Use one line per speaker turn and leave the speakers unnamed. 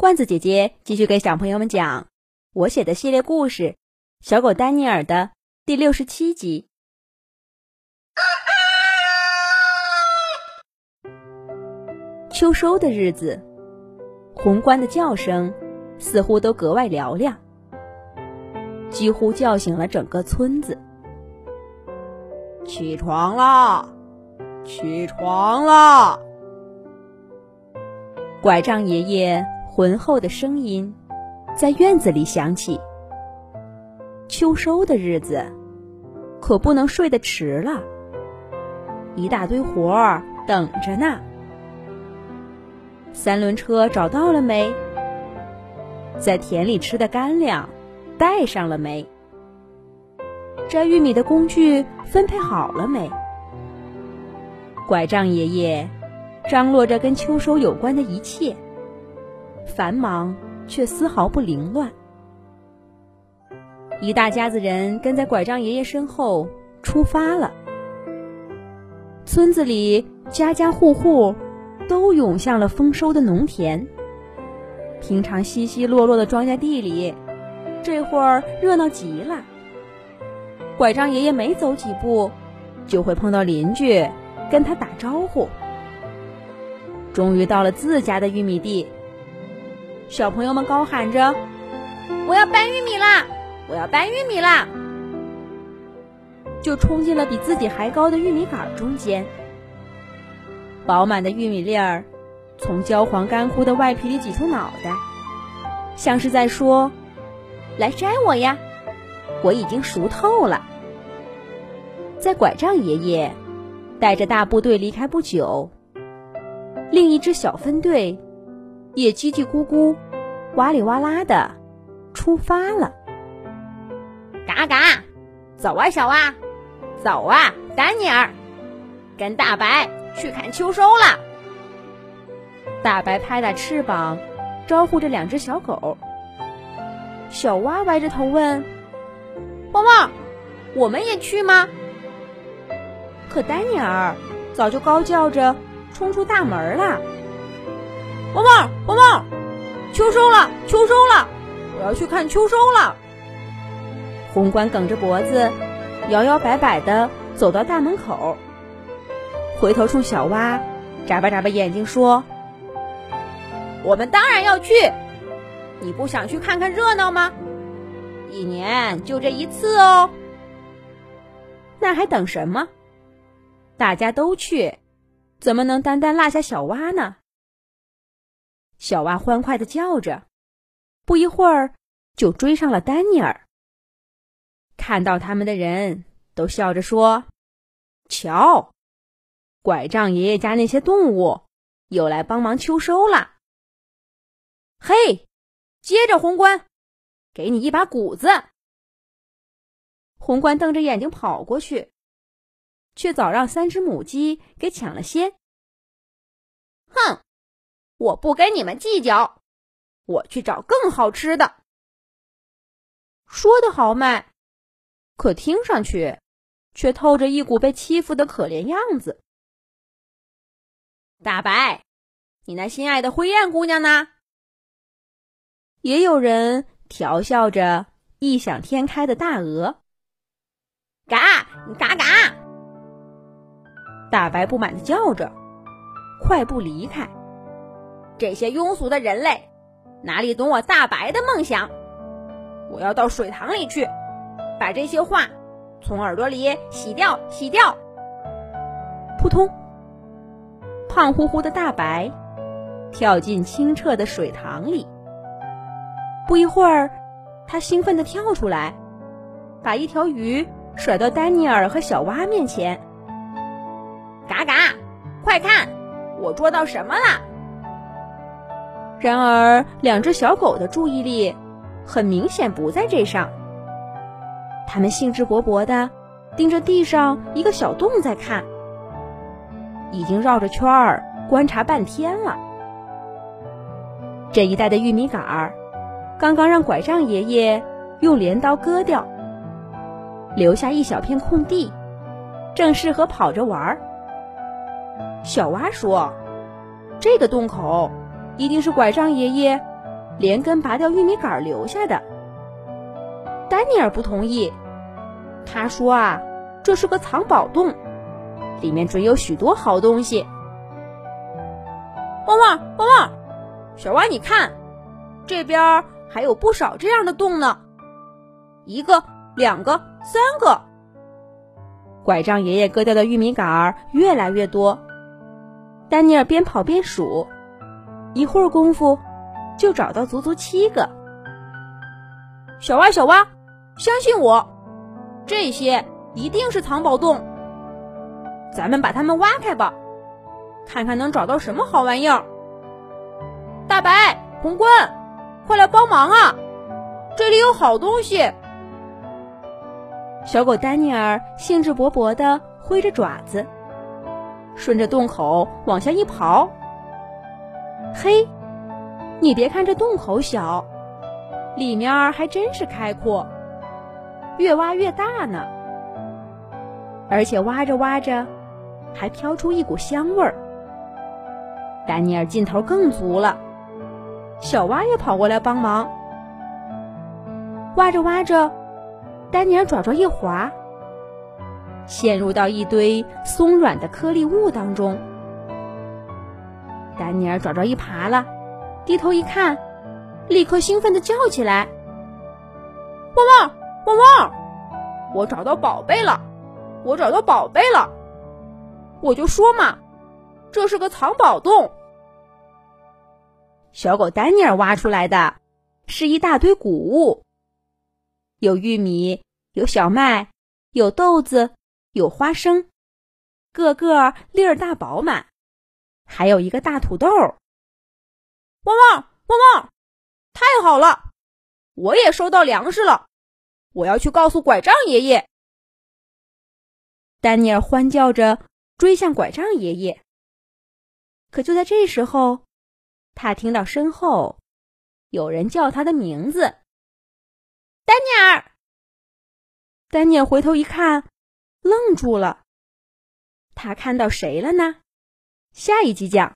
罐子姐姐继续给小朋友们讲我写的系列故事《小狗丹尼尔》的第67集。秋收的日子，红冠的叫声似乎都格外嘹亮，几乎叫醒了整个村子。
起床啦！起床啦！
拐杖爷爷浑厚的声音在院子里响起。秋收的日子，可不能睡得迟了，一大堆活儿等着呢。三轮车找到了没？在田里吃的干粮带上了没？摘玉米的工具分配好了没？拐杖爷爷张罗着跟秋收有关的一切，繁忙却丝毫不凌乱。一大家子人跟在拐杖爷爷身后出发了。村子里家家户户都涌向了丰收的农田，平常稀稀落落的庄稼地里，这会儿热闹极了。拐杖爷爷没走几步，就会碰到邻居跟他打招呼。终于到了自家的玉米地，小朋友们高喊着：“我要搬玉米啦！我要搬玉米啦！”就冲进了比自己还高的玉米杆中间。饱满的玉米粒儿从焦黄干枯的外皮里挤出脑袋，像是在说：“来摘我呀，我已经熟透了。”在拐杖爷爷带着大部队离开不久，另一支小分队也叽叽咕咕、哇里哇啦的出发了。
嘎嘎，走啊小蛙，走啊丹尼尔，跟大白去看秋收啦！
大白拍打翅膀招呼着两只小狗。小蛙歪着头问：“汪汪，我们也去吗？”可丹尼尔早就高叫着冲出大门了：“
汪汪汪汪，秋收了，秋收了，我要去看秋收了！”
红冠梗着脖子摇摇摆摆地走到大门口，回头冲小蛙眨巴眨巴眼睛说：“
我们当然要去，你不想去看看热闹吗？一年就这一次哦。”
那还等什么？大家都去，怎么能单单落下小蛙呢？小蛙欢快地叫着，不一会儿就追上了丹尼尔。看到他们的人都笑着说：“瞧，拐杖爷爷家那些动物又来帮忙秋收了。”
嘿，接着红冠，给你一把谷子。
红冠瞪着眼睛跑过去，却早让三只母鸡给抢了先。
哼，我不跟你们计较，我去找更好吃的。
说得豪迈，可听上去却透着一股被欺负的可怜样子。
大白，你那心爱的灰雁姑娘呢？
也有人调笑着异想天开的大鹅。
嘎嘎嘎！
大白不满地叫着，快步离开。
这些庸俗的人类哪里懂我大白的梦想？我要到水塘里去，把这些话从耳朵里洗掉洗掉。
扑通，胖乎乎的大白跳进清澈的水塘里。不一会儿，他兴奋地跳出来，把一条鱼甩到丹尼尔和小蛙面前。
嘎嘎，快看，我捉到什么了？
然而两只小狗的注意力很明显不在这上，它们兴致勃勃地盯着地上一个小洞在看，已经绕着圈儿观察半天了。这一带的玉米杆儿刚刚让拐杖爷爷用镰刀割掉，留下一小片空地，正适合跑着玩。小蛙说：“这个洞口一定是拐杖爷爷连根拔掉玉米杆留下的。丹尼尔不同意，他说啊，这是个藏宝洞，里面准有许多好东西。
汪汪汪汪，小蛙你看，这边还有不少这样的洞呢，1个、2个、3个。
拐杖爷爷割掉的玉米杆越来越多，丹尼尔边跑边数，一会儿功夫就找到足足7个。
小蛙，相信我，这些一定是藏宝洞。咱们把它们挖开吧，看看能找到什么好玩意儿。大白、红冠，快来帮忙啊！这里有好东西。
小狗丹尼尔兴致勃勃地挥着爪子，顺着洞口往下一刨。嘿，你别看这洞口小，里面还真是开阔，越挖越大呢。而且挖着挖着，还飘出一股香味儿。丹尼尔劲头更足了，小蛙也跑过来帮忙。挖着挖着，丹尼尔爪爪一滑，陷入到一堆松软的颗粒物当中。丹尼尔爪爪一爬了，低头一看，立刻兴奋地叫起来：
汪汪汪汪，我找到宝贝了，我找到宝贝了！我就说嘛，这是个藏宝洞。
小狗丹尼尔挖出来的是一大堆谷物，有玉米，有小麦，有豆子，有花生，个个粒儿大饱满，还有一个大土豆。汪
汪汪汪，太好了，我也收到粮食了，我要去告诉拐杖爷爷。
丹尼尔欢叫着追向拐杖爷爷，可就在这时候，他听到身后有人叫他的名字：
丹尼尔！
丹尼尔回头一看，愣住了。他看到谁了呢？下一集讲。